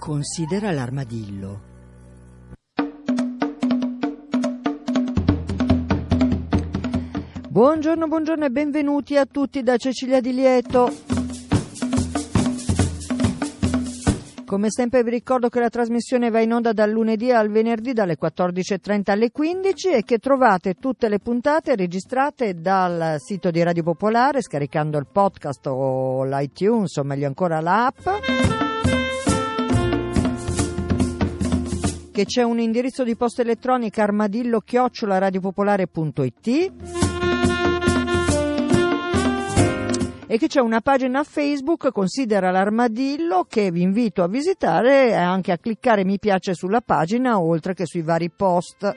Considera l'armadillo. Buongiorno e benvenuti a tutti da Cecilia Di Lieto. Come sempre vi ricordo che la trasmissione va in onda dal lunedì al venerdì dalle 14.30 alle 15 e che trovate tutte le puntate registrate dal sito di Radio Popolare scaricando il podcast o l'iTunes o meglio ancora l'app. Che c'è un indirizzo di posta elettronica armadillo@radiopopolare.it e che c'è una pagina Facebook Considera l'armadillo che vi invito a visitare e anche a cliccare mi piace sulla pagina oltre che sui vari post.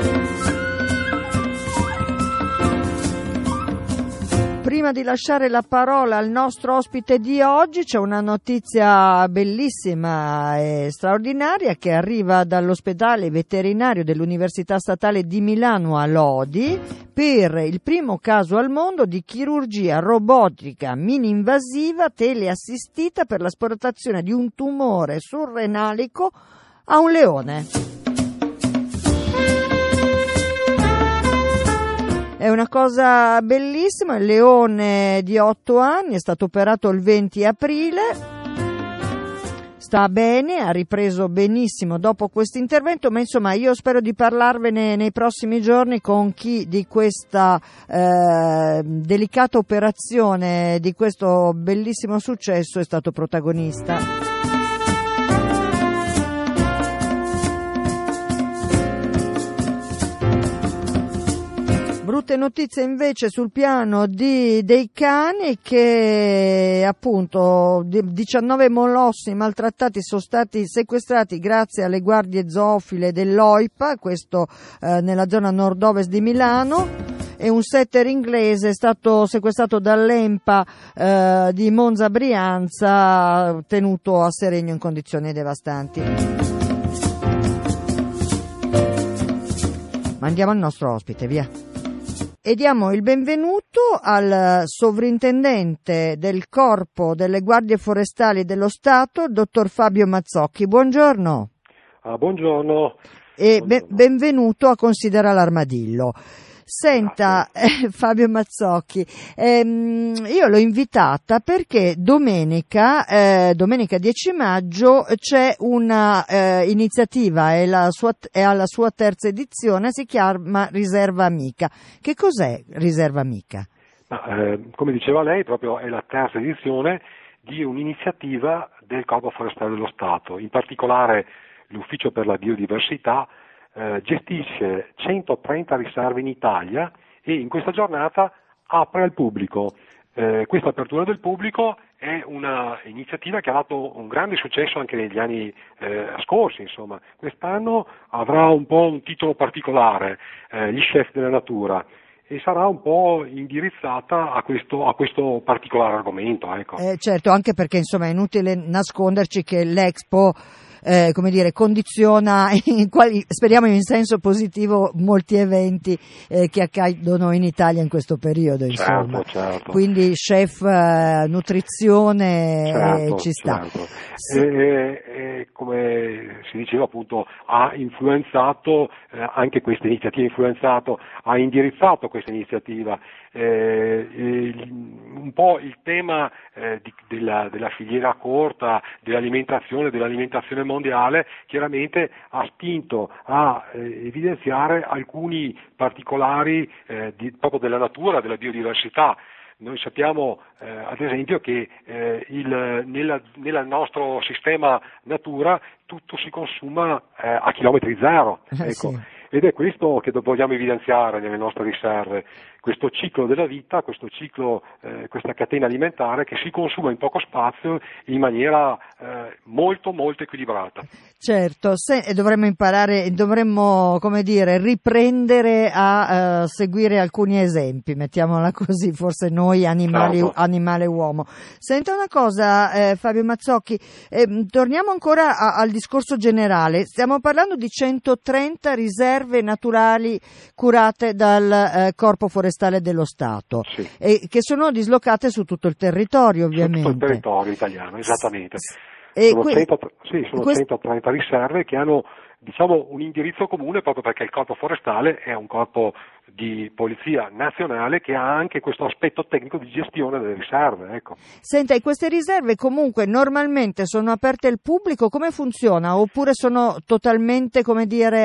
Prima di lasciare la parola al nostro ospite di oggi c'è una notizia bellissima e straordinaria che arriva dall'ospedale veterinario dell'Università Statale di Milano a Lodi per il primo caso al mondo di chirurgia robotica mini-invasiva teleassistita per l'asportazione di un tumore surrenalico a un leone. È una cosa bellissima, il leone di 8 anni è stato operato il 20 aprile, sta bene, ha ripreso benissimo dopo questo intervento, ma insomma io spero di parlarvene nei prossimi giorni con chi di questa delicata operazione, di questo bellissimo successo è stato protagonista. Brutte notizie invece sul piano dei cani che appunto 19 molossi maltrattati sono stati sequestrati grazie alle guardie zoofile dell'OIPA, questo nella zona nord-ovest di Milano, e un setter inglese è stato sequestrato dall'EMPA di Monza Brianza tenuto a Seregno in condizioni devastanti. Ma andiamo al nostro ospite, via. E diamo il benvenuto al sovrintendente del Corpo delle Guardie Forestali dello Stato, il dottor Fabio Mazzocchi. Buongiorno. Buongiorno. E benvenuto a Considera l'armadillo. Senta, Fabio Mazzocchi, io l'ho invitata perché domenica 10 maggio c'è una iniziativa, è alla sua terza edizione, si chiama Riserva Amica. Che cos'è Riserva Amica? Come diceva lei, proprio è la terza edizione di un'iniziativa del Corpo Forestale dello Stato, in particolare l'Ufficio per la Biodiversità gestisce 130 riserve in Italia e in questa giornata apre al pubblico. Questa apertura del pubblico è una iniziativa che ha dato un grande successo anche negli anni scorsi, insomma. Quest'anno avrà un po' un titolo particolare, gli chef della natura, e sarà un po' indirizzata a questo particolare argomento. Ecco. Certo, anche perché insomma è inutile nasconderci che l'Expo condiziona speriamo in senso positivo molti eventi che accadono in Italia in questo periodo, insomma. Certo. Quindi chef, nutrizione, ci sta. Certo. E come si diceva appunto ha influenzato anche questa iniziativa, ha indirizzato questa iniziativa. Un po' il tema della filiera corta, dell'alimentazione mondiale, chiaramente ha spinto a evidenziare alcuni particolari proprio della natura, della biodiversità. Noi sappiamo ad esempio che nel nostro sistema natura tutto si consuma a chilometri zero, ecco. Sì. Ed è questo che vogliamo evidenziare nelle nostre riserve, questo ciclo della vita, questa catena alimentare che si consuma in poco spazio in maniera molto molto equilibrata. Certo, dovremmo riprendere a seguire alcuni esempi, mettiamola così, forse noi animale uomo. Senta una cosa, Fabio Mazzocchi, torniamo ancora al discorso generale. Stiamo parlando di 130 riserve naturali curate dal Corpo Forestale dello Stato, sì, e che sono dislocate su tutto il territorio, ovviamente. Su tutto il territorio italiano, esattamente. Sono 30 riserve che hanno, diciamo, un indirizzo comune, proprio perché il Corpo Forestale è un corpo di polizia nazionale che ha anche questo aspetto tecnico di gestione delle riserve, ecco. Senta, e queste riserve comunque normalmente sono aperte al pubblico, come funziona? Oppure sono totalmente, come dire,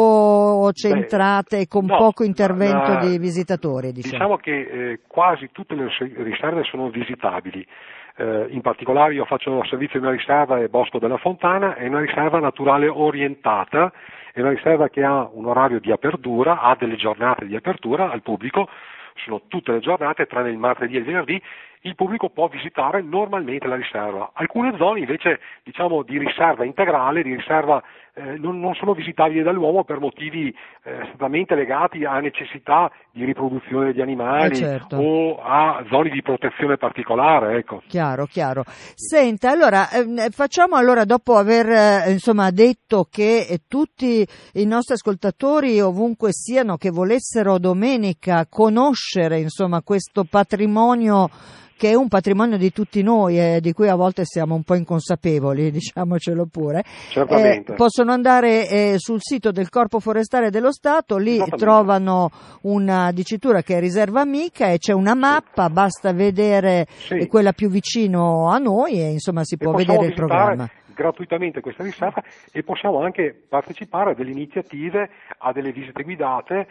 autocentrate e con poco intervento di visitatori? Diciamo che quasi tutte le riserve sono visitabili. In particolare io faccio servizio in una riserva, è Bosco della Fontana, è una riserva naturale orientata, è una riserva che ha un orario di apertura, ha delle giornate di apertura al pubblico, sono tutte le giornate tranne il martedì e il venerdì. Il pubblico può visitare normalmente la riserva. Alcune zone invece, diciamo, di riserva integrale, di riserva non sono visitabili dall'uomo per motivi strettamente legati a necessità di riproduzione degli animali, certo, o a zone di protezione particolare, ecco. Chiaro. Senta, allora facciamo allora, dopo aver insomma detto che tutti i nostri ascoltatori, ovunque siano, che volessero domenica conoscere insomma questo patrimonio, che è un patrimonio di tutti noi, di cui a volte siamo un po' inconsapevoli, diciamocelo pure. Certamente. Possono andare sul sito del Corpo Forestale dello Stato, lì trovano una dicitura che è riserva amica e c'è una mappa, basta vedere quella più vicino a noi e insomma si può vedere il programma. Gratuitamente questa riserva, e possiamo anche partecipare a delle iniziative, a delle visite guidate,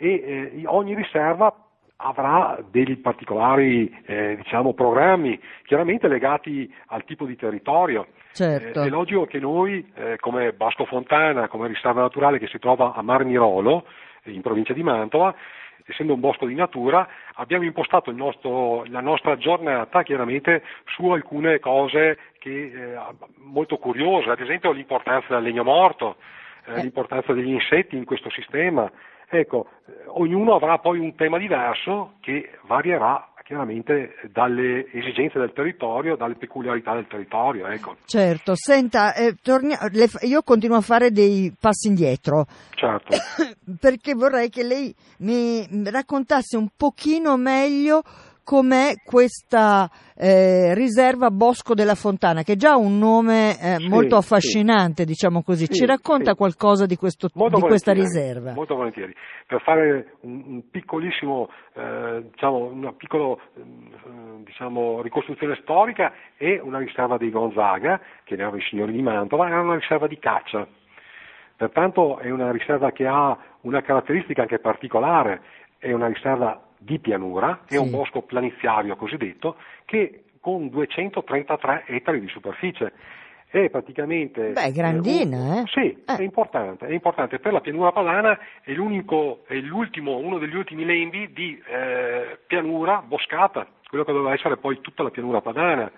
e ogni riserva avrà dei particolari diciamo programmi chiaramente legati al tipo di territorio. Certo. È logico che noi come Bosco Fontana, come riserva naturale che si trova a Marmirolo in provincia di Mantova, essendo un bosco di natura, abbiamo impostato la nostra giornata chiaramente su alcune cose che molto curiose, ad esempio l'importanza del legno morto, l'importanza degli insetti in questo sistema. Ecco, ognuno avrà poi un tema diverso che varierà chiaramente dalle esigenze del territorio, dalle peculiarità del territorio, ecco. Certo, senta, io continuo a fare dei passi indietro. Certo. Perché vorrei che lei mi raccontasse un pochino meglio com'è questa riserva Bosco della Fontana, che è già un nome molto affascinante, diciamo così. Ci racconta qualcosa di questa riserva? Molto volentieri. Per fare un piccolissimo, una piccola ricostruzione storica, è una riserva dei Gonzaga, che erano i signori di Mantova, era una riserva di caccia. Pertanto è una riserva che ha una caratteristica anche particolare, è una riserva di pianura, è un bosco planiziario cosiddetto, che con 233 ettari di superficie è praticamente... Beh, grandina, è importante. Per la pianura padana è uno degli ultimi lembi di pianura boscata, quello che doveva essere poi tutta la pianura padana.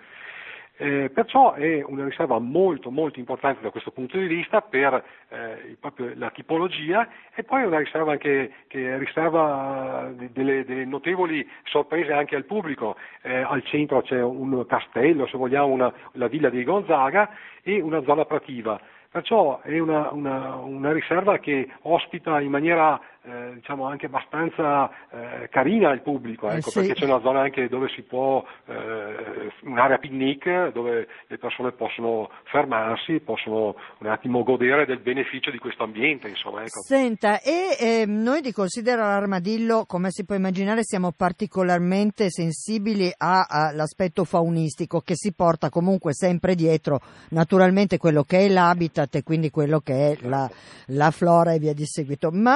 Perciò è una riserva molto molto importante da questo punto di vista per proprio la tipologia, e poi è una riserva anche che riserva delle notevoli sorprese anche al pubblico. Al centro c'è un castello, se vogliamo la villa dei Gonzaga, e una zona prativa. Perciò è una riserva che ospita in maniera anche abbastanza carina il pubblico, perché c'è una zona anche dove si può, un'area picnic dove le persone possono fermarsi, possono un attimo godere del beneficio di questo ambiente, insomma. Ecco. Senta, noi di Considera l'Armadillo, come si può immaginare, siamo particolarmente sensibili all'aspetto faunistico, che si porta comunque sempre dietro naturalmente quello che è l'habitat e quindi quello che è la flora e via di seguito. Ma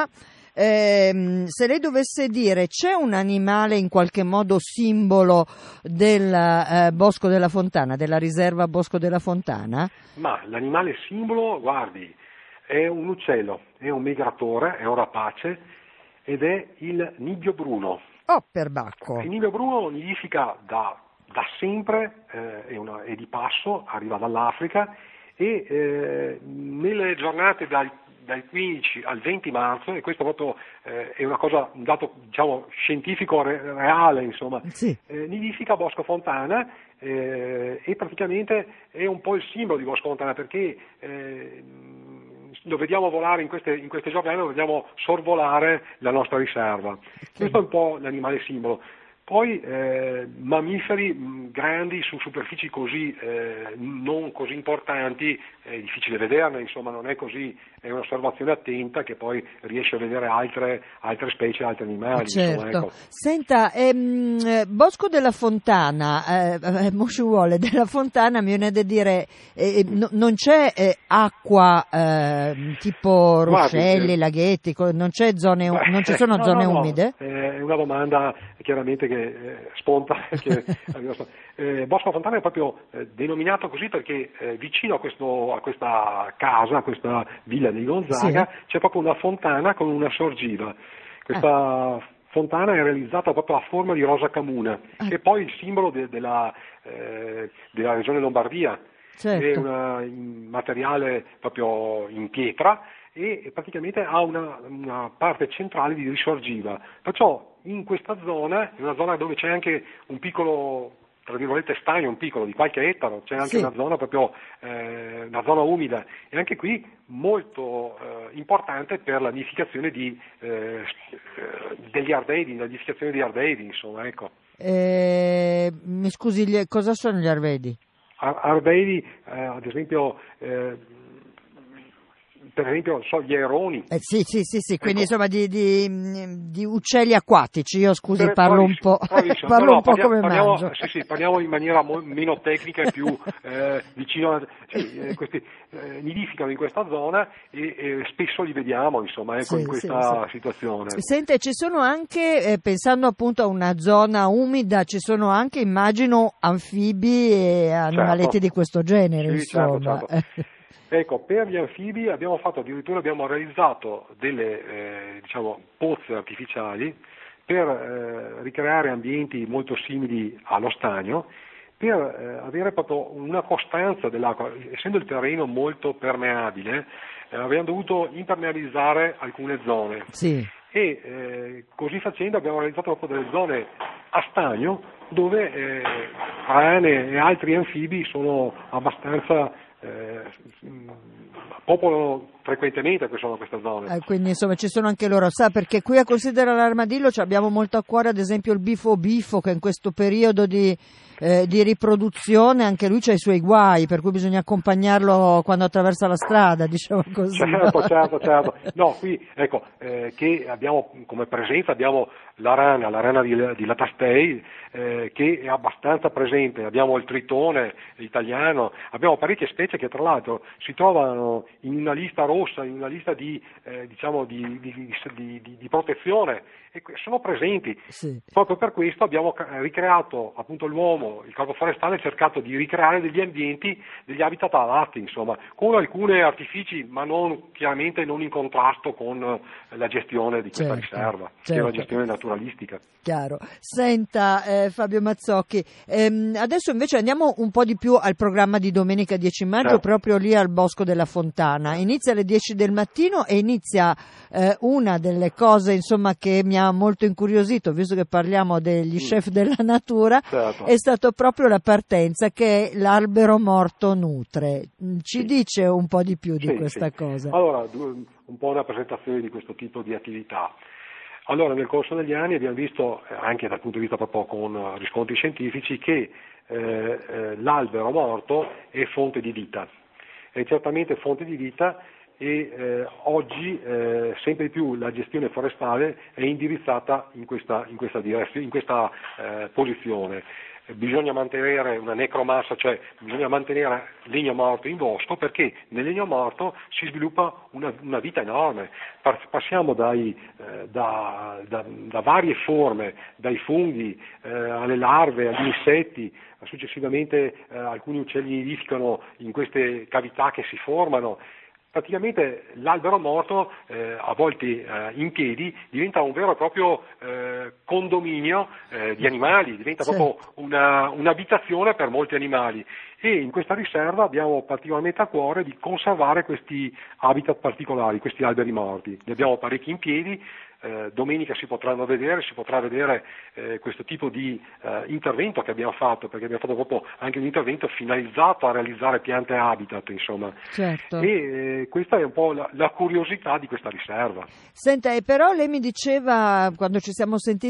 se lei dovesse dire, c'è un animale in qualche modo simbolo del Bosco della Fontana, della riserva Bosco della Fontana? Ma l'animale simbolo, guardi, è un uccello, è un migratore, è un rapace, ed è il nibbio bruno. Oh, perbacco! Il nibbio bruno nidifica da sempre, è di passo, arriva dall'Africa, e nelle giornate dal 15 al 20 marzo, e questo proprio è un dato scientifico reale, insomma, nidifica a Bosco Fontana, e praticamente è un po' il simbolo di Bosco Fontana, perché lo vediamo volare in queste giornate, lo vediamo sorvolare la nostra riserva. Questo è un po' l'animale simbolo. Poi mammiferi grandi su superfici così non così importanti, è difficile vederne, insomma non è così, è un'osservazione attenta che poi riesce a vedere altre specie, altri animali. Certo. Insomma, ecco. Senta, Bosco della Fontana, Mosciuole della Fontana, mi viene da dire, non c'è acqua tipo ruscelli, laghetti, non ci sono zone umide? È una domanda chiaramente che sponta. Bosco Fontana è proprio denominato così perché vicino a questa casa, a questa villa di Gonzaga, sì, c'è proprio una fontana con una sorgiva. Questa fontana è realizzata proprio a forma di rosa camuna, che è poi il simbolo della regione Lombardia. Certo. È un materiale proprio in pietra e praticamente ha una parte centrale di risorgiva. Perciò in questa zona, in una zona dove c'è anche un piccolo, tra virgolette, stagno, un piccolo di qualche ettaro, c'è anche una zona proprio una zona umida, e anche qui molto importante per la nidificazione degli ardei, la nidificazione di ardei, insomma, ecco. Mi scusi, cosa sono gli arvedi? Ardei, ad esempio, gli aironi. Sì, quindi ecco, insomma di uccelli acquatici. Io scusi, parlo un po' come mangio. Sì, parliamo in maniera meno tecnica e più vicino a... questi nidificano in questa zona e spesso li vediamo, insomma, ecco, in questa situazione. Sente, ci sono anche, pensando appunto a una zona umida, ci sono anche, immagino, anfibi e animaletti di questo genere, insomma. Certo. Ecco, per gli anfibi abbiamo realizzato delle pozze artificiali per ricreare ambienti molto simili allo stagno, per avere proprio una costanza dell'acqua. Essendo il terreno molto permeabile, abbiamo dovuto impermeabilizzare alcune zone. Sì. E così facendo abbiamo realizzato proprio delle zone a stagno dove rane e altri anfibi sono abbastanza popolano frequentemente questa zona. Quindi insomma ci sono anche loro, sa, perché qui a Considera l'Armadillo abbiamo molto a cuore ad esempio il bifo che in questo periodo di riproduzione anche lui c'ha i suoi guai, per cui bisogna accompagnarlo quando attraversa la strada, diciamo così. Certo. No, qui ecco che abbiamo come presenza la rana di Latastei che è abbastanza presente, abbiamo il tritone italiano, abbiamo parecchie specie che tra l'altro si trovano in una lista rossa, in una lista di protezione, e sono presenti. Sì. Proprio per questo abbiamo ricreato, appunto, l'uomo, il Corpo Forestale ha cercato di ricreare degli ambienti, degli habitat adatti, insomma, con alcuni artifici, ma chiaramente non in contrasto con la gestione di questa riserva, che è una gestione naturalistica. Chiaro. Senta, Fabio Mazzocchi, adesso invece andiamo un po' di più al programma di domenica 10 maggio, proprio lì al Bosco della Fontana. Inizia alle 10 del mattino e inizia una delle cose, insomma, che mi ha molto incuriosito, visto che parliamo degli chef della natura, è stato proprio la partenza, che è l'albero morto nutre. Ci dice un po' di più di questa cosa? Allora, un po' una presentazione di questo tipo di attività. Allora, nel corso degli anni abbiamo visto, anche dal punto di vista proprio con riscontri scientifici, che l'albero morto è fonte di vita, è certamente fonte di vita, e oggi sempre di più la gestione forestale è indirizzata in questa direzione, in questa posizione. Bisogna mantenere una necromassa, cioè bisogna mantenere legno morto in bosco, perché nel legno morto si sviluppa una vita enorme. Passiamo da varie forme, dai funghi alle larve, agli insetti, successivamente alcuni uccelli nidificano in queste cavità che si formano. Praticamente l'albero morto, a volte in piedi, diventa un vero e proprio condominio di animali, diventa proprio un'abitazione per molti animali, e in questa riserva abbiamo particolarmente a cuore di conservare questi habitat particolari, questi alberi morti. Ne abbiamo parecchi in piedi. Domenica si potrà vedere questo tipo di intervento che abbiamo fatto, perché abbiamo fatto proprio anche un intervento finalizzato a realizzare piante habitat, insomma. Certo. E questa è un po' la curiosità di questa riserva. Senta, però lei mi diceva, quando ci siamo sentiti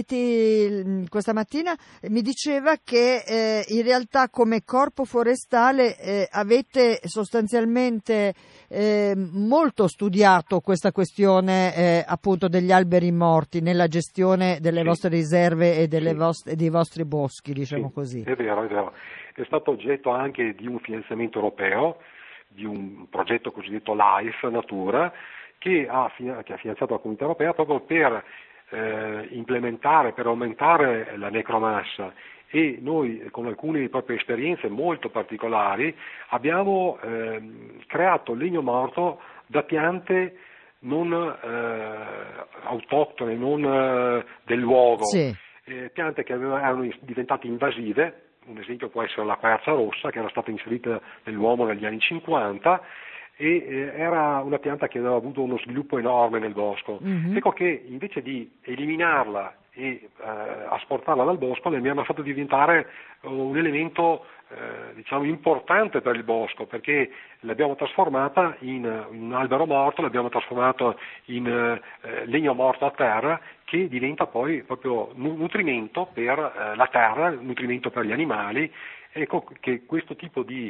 Rieti questa mattina mi diceva che in realtà come Corpo Forestale avete sostanzialmente molto studiato questa questione appunto degli alberi morti nella gestione delle vostre riserve e dei vostri boschi, diciamo così. È vero, è vero. È stato oggetto anche di un finanziamento europeo, di un progetto cosiddetto LIFE Natura, che ha finanziato la Comunità Europea proprio per implementare, per aumentare la necromassa, e noi con alcune proprie esperienze molto particolari abbiamo creato legno morto da piante non autoctone, non del luogo, piante che erano diventate invasive. Un esempio può essere la quercia rossa, che era stata inserita nell'uomo negli anni 50 e era una pianta che aveva avuto uno sviluppo enorme nel bosco. Ecco che invece di eliminarla e asportarla dal bosco, ne abbiamo fatto diventare un elemento importante per il bosco, perché l'abbiamo trasformata in un albero morto, l'abbiamo trasformato in legno morto a terra, che diventa poi proprio nutrimento per la terra, nutrimento per gli animali. Ecco che questo tipo di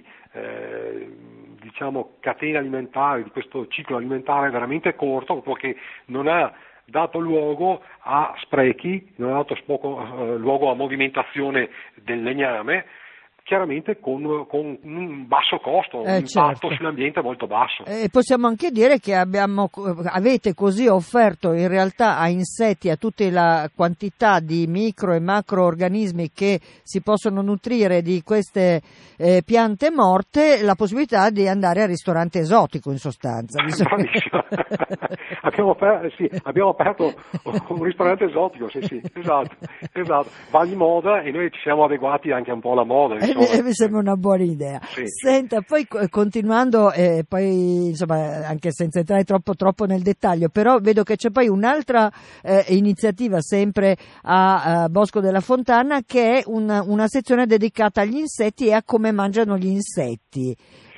catena alimentare, di questo ciclo alimentare veramente corto, perché non ha dato luogo a sprechi, non ha dato luogo a movimentazione del legname, chiaramente con un basso costo, un impatto sull'ambiente molto basso. E possiamo anche dire che avete così offerto in realtà a insetti, a tutta la quantità di micro e macroorganismi che si possono nutrire di queste piante morte, la possibilità di andare al ristorante esotico, in sostanza. Bravissimo. Abbiamo aperto un ristorante esotico, sì, esatto. Va di moda e noi ci siamo adeguati anche un po' alla moda. Mi sembra una buona idea. Sì. Senta, poi continuando, poi insomma anche senza entrare troppo nel dettaglio, però vedo che c'è poi un'altra iniziativa sempre a Bosco della Fontana, che è una sezione dedicata agli insetti e a come mangiano gli insetti.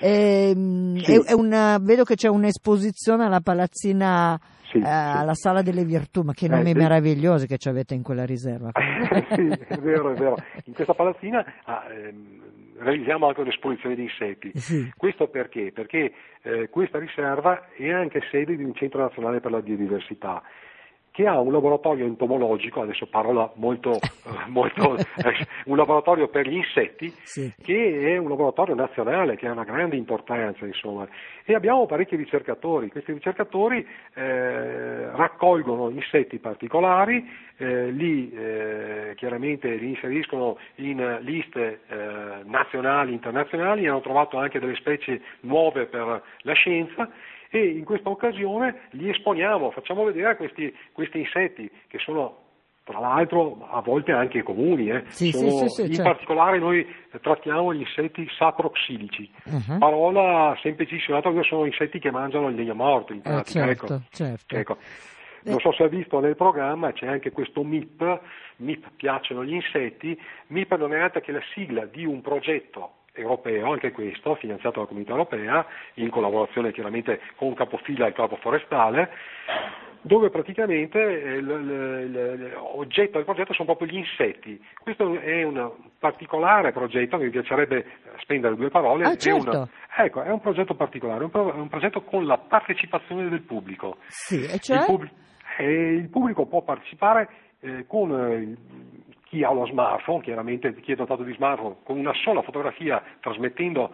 Vedo che c'è un'esposizione alla palazzina. Alla Sala delle Virtù, ma che nomi meravigliosi che ci avete in quella riserva. Sì, è vero. In questa palazzina realizziamo anche un'esposizione di insetti. Sì. Questo perché? Perché questa riserva è anche sede di un centro nazionale per la biodiversità, che ha un laboratorio entomologico, adesso parola molto un laboratorio per gli insetti, che è un laboratorio nazionale, che ha una grande importanza, insomma, e abbiamo parecchi ricercatori. Questi ricercatori raccolgono insetti particolari, chiaramente li inseriscono in liste nazionali, internazionali, hanno trovato anche delle specie nuove per la scienza, e in questa occasione li esponiamo, facciamo vedere questi insetti, che sono tra l'altro a volte anche comuni. Particolare noi trattiamo gli insetti saproxilici, parola semplicissima, perché sono insetti che mangiano il legno morto in pratica. Ecco. Non so se ha visto nel programma, c'è anche questo MIP piacciono gli insetti. MIP non è altro che la sigla di un progetto europeo, anche questo, finanziato dalla Comunità Europea, in collaborazione chiaramente con capofila e il Corpo Forestale, dove praticamente l'oggetto del progetto sono proprio gli insetti. Questo è un particolare progetto, mi piacerebbe spendere due parole. È un progetto particolare, è un progetto con la partecipazione del pubblico. Sì, e cioè? Il pubblico può partecipare con chi ha lo smartphone, chiaramente chi è dotato di smartphone, con una sola fotografia, trasmettendo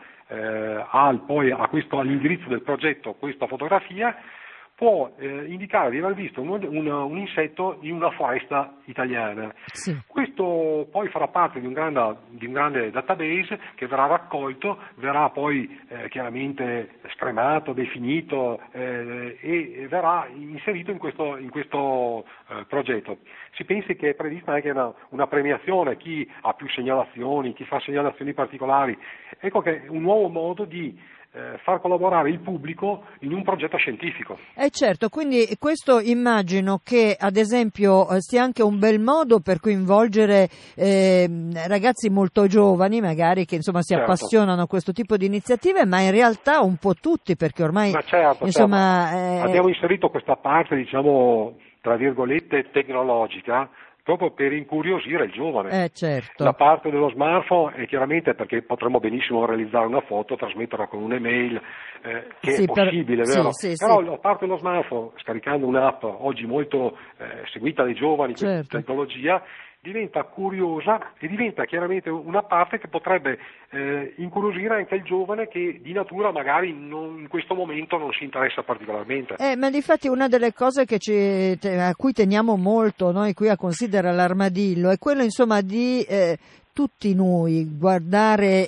all'indirizzo del progetto questa fotografia, può indicare di aver visto un insetto in una foresta italiana. Sì. Questo poi farà parte di un grande database che verrà raccolto, verrà poi chiaramente scremato, definito e verrà inserito in questo progetto. Si pensi che è prevista anche una premiazione, chi ha più segnalazioni, chi fa segnalazioni particolari. Ecco che è un nuovo modo di far collaborare il pubblico in un progetto scientifico. Certo, quindi questo immagino che ad esempio sia anche un bel modo per coinvolgere ragazzi molto giovani magari che insomma si appassionano a questo tipo di iniziative, ma in realtà un po' tutti, perché ormai abbiamo inserito questa parte, diciamo, tra virgolette tecnologica, proprio per incuriosire il giovane. Certo. La parte dello smartphone è chiaramente perché potremmo benissimo realizzare una foto, trasmetterla con un'email, che Sì, è possibile, vero? Però sì. la parte dello smartphone, scaricando un'app oggi molto seguita dai giovani, questa Certo. tecnologia, diventa curiosa e diventa chiaramente una parte che potrebbe incuriosire anche il giovane che di natura magari in questo momento non si interessa particolarmente. Ma difatti una delle cose che a cui teniamo molto noi qui a Considera l'Armadillo è quello insomma di tutti noi guardare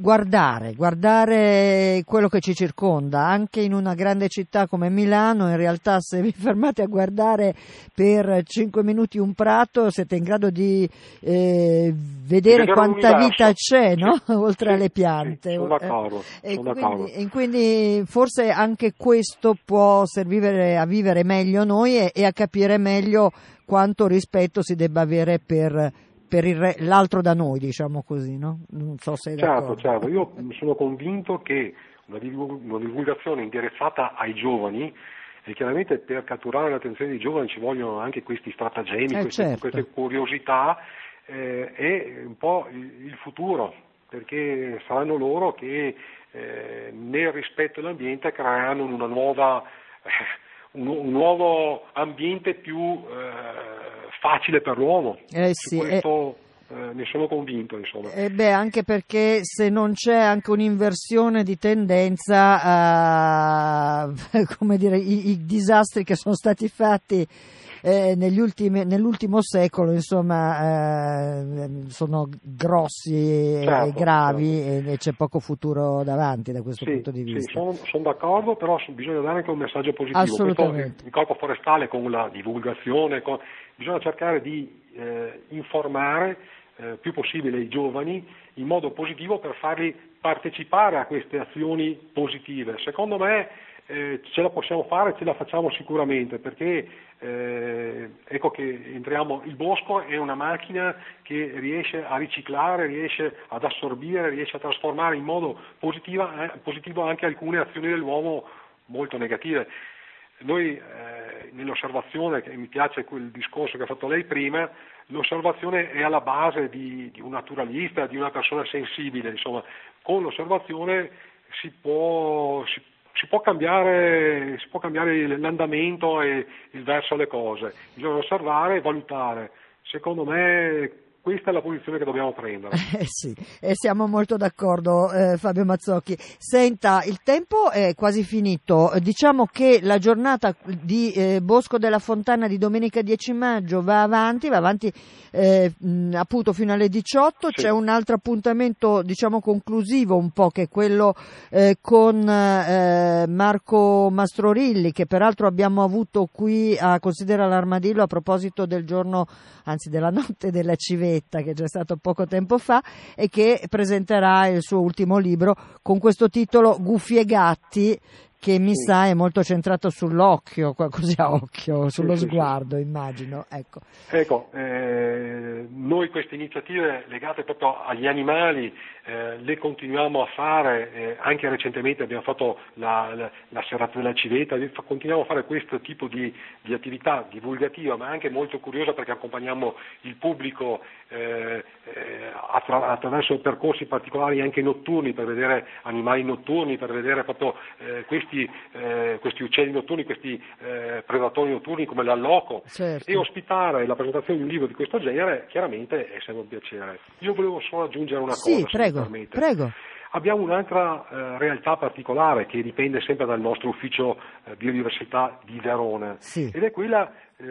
quello che ci circonda, anche in una grande città come Milano. In realtà se vi fermate a guardare per 5 minuti un prato siete in grado di vedere quanta vita c'è, no? Oltre alle piante. Sono d'accordo. Quindi forse anche questo può servire a vivere meglio noi e a capire meglio quanto rispetto si debba avere per l'altro da noi, diciamo così, no? Non so se è d'accordo. Certo, io sono convinto che una divulgazione indirizzata ai giovani, e chiaramente per catturare l'attenzione dei giovani ci vogliono anche questi stratagemmi, queste curiosità, è un po' il futuro, perché saranno loro che nel rispetto dell'ambiente creeranno un nuovo ambiente più facile per l'uomo. Questo ne sono convinto, insomma. Anche perché se non c'è anche un'inversione di tendenza, come dire, i disastri che sono stati fatti nell'ultimo secolo, insomma, sono grossi e gravi, e c'è poco futuro davanti da questo punto di vista. Sono d'accordo, però bisogna dare anche un messaggio positivo. Assolutamente. Il Corpo Forestale con la divulgazione, bisogna cercare di informare più possibile i giovani in modo positivo per farli partecipare a queste azioni positive. Secondo me ce la possiamo fare, ce la facciamo sicuramente, perché ecco che il bosco è una macchina che riesce a riciclare, riesce ad assorbire, riesce a trasformare in modo positivo anche alcune azioni dell'uomo molto negative. Noi nell'osservazione, che mi piace quel discorso che ha fatto lei prima, l'osservazione è alla base di un naturalista, di una persona sensibile, insomma, con l'osservazione si può cambiare l'andamento e il verso alle cose. Bisogna osservare e valutare. Secondo me questa è la posizione che dobbiamo prendere. Sì, e siamo molto d'accordo, Fabio Mazzocchi. Senta, il tempo è quasi finito. Diciamo che la giornata di Bosco della Fontana di domenica 10 maggio va avanti appunto fino alle 18. Sì. C'è un altro appuntamento, diciamo, conclusivo un po', che è quello con Marco Mastrorilli, che peraltro abbiamo avuto qui a Considera l'Armadillo a proposito del giorno, anzi della notte della civetta, che c'è stato poco tempo fa, e che presenterà il suo ultimo libro con questo titolo Gufi e gatti, che mi sa è molto centrato sull'occhio, così a occhio, sullo sguardo, immagino. Ecco, noi queste iniziative legate proprio agli animali le continuiamo a fare, anche recentemente abbiamo fatto la serata della civetta, continuiamo a fare questo tipo di attività divulgativa, ma anche molto curiosa, perché accompagniamo il pubblico attraverso percorsi particolari anche notturni, per vedere animali notturni, per vedere proprio questi uccelli notturni, questi predatori notturni come l'alloco. Certo. E ospitare la presentazione di un libro di questo genere chiaramente è sempre un piacere. Io volevo solo aggiungere una cosa, prego. Abbiamo un'altra realtà particolare che dipende sempre dal nostro ufficio biodiversità di Verona, ed è quella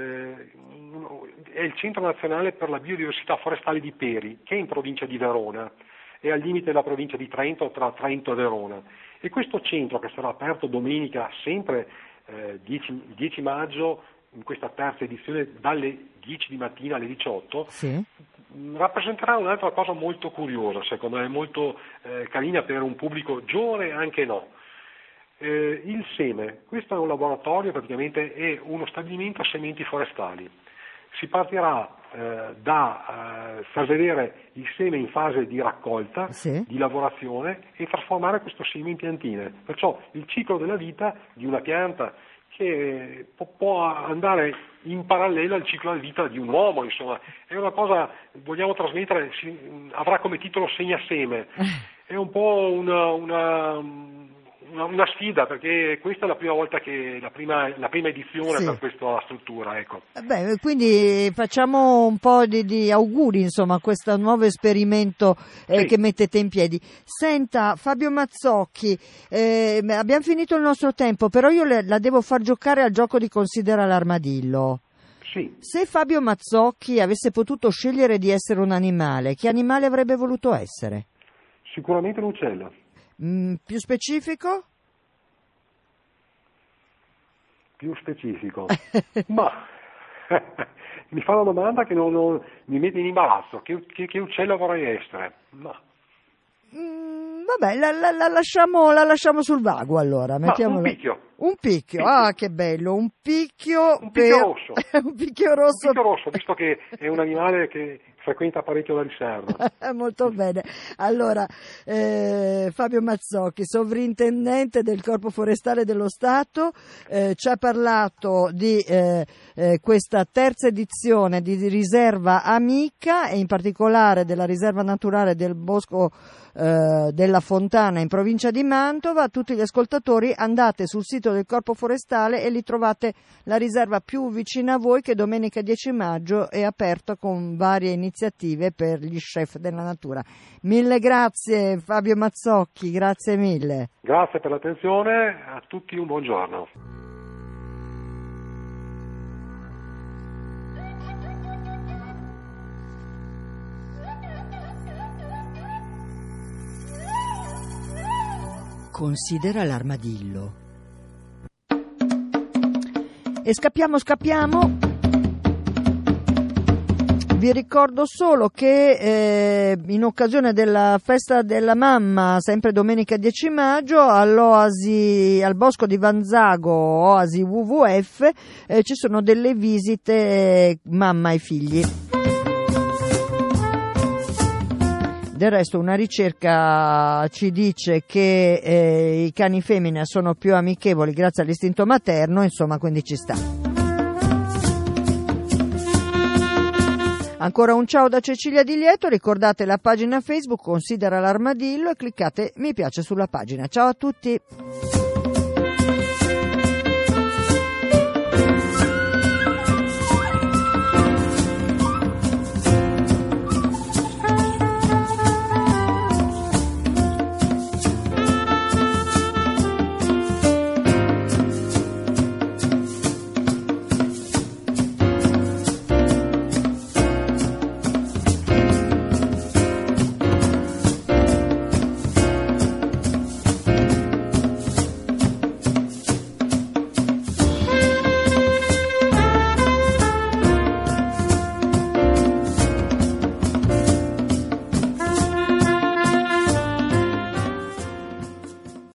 è il Centro Nazionale per la Biodiversità Forestale di Peri, che è in provincia di Verona, è al limite della provincia di Trento, tra Trento e Verona. E questo centro, che sarà aperto domenica, sempre 10 maggio, in questa terza edizione, dalle 10 di mattina alle 18, rappresenterà un'altra cosa molto curiosa, secondo me, molto carina per un pubblico giovane e anche no. Il Seme, questo è un laboratorio, praticamente è uno stabilimento a sementi forestali. Si partirà da far vedere il seme in fase di raccolta, di lavorazione, e trasformare questo seme in piantine. Perciò il ciclo della vita di una pianta che può andare in parallelo al ciclo della vita di un uomo, insomma. È una cosa, vogliamo trasmettere, avrà come titolo Segnaseme. È un po' una sfida, perché questa è la prima volta la prima edizione per questa struttura, ecco. Beh, quindi facciamo un po' di auguri, insomma, a questo nuovo esperimento che mettete in piedi. Senta, Fabio Mazzocchi, abbiamo finito il nostro tempo, però io la devo far giocare al gioco di Considera l'armadillo. Sì. Se Fabio Mazzocchi avesse potuto scegliere di essere un animale, che animale avrebbe voluto essere? Sicuramente un uccello. Più specifico? Più specifico? Ma mi fa una domanda che non mi mette in imbarazzo. Che uccello vorrei essere? Ma... Vabbè, la lasciamo sul vago allora. Un picchio. Un picchio, che bello, un picchio rosso. Un picchio rosso. Un picchio rosso, visto che è un animale che frequenta parecchio la riserva. Molto bene. Allora, Fabio Mazzocchi, sovrintendente del Corpo Forestale dello Stato, ci ha parlato di questa terza edizione di Riserva Amica e in particolare della riserva naturale del Bosco della Fontana in provincia di Mantova. Tutti gli ascoltatori andate sul sito del Corpo Forestale e lì trovate la riserva più vicina a voi, che domenica 10 maggio è aperta con varie iniziative per gli chef della natura. Mille grazie Fabio Mazzocchi, grazie mille. Grazie per l'attenzione, a tutti un buongiorno. Considera l'armadillo. E scappiamo. Vi ricordo solo che in occasione della festa della mamma, sempre domenica 10 maggio, al Bosco di Vanzago, Oasi WWF, ci sono delle visite mamma e figli. Del resto una ricerca ci dice che i cani femmine sono più amichevoli grazie all'istinto materno, insomma, quindi ci sta. Ancora un ciao da Cecilia Di Lieto, ricordate la pagina Facebook Considera l'armadillo e cliccate mi piace sulla pagina. Ciao a tutti!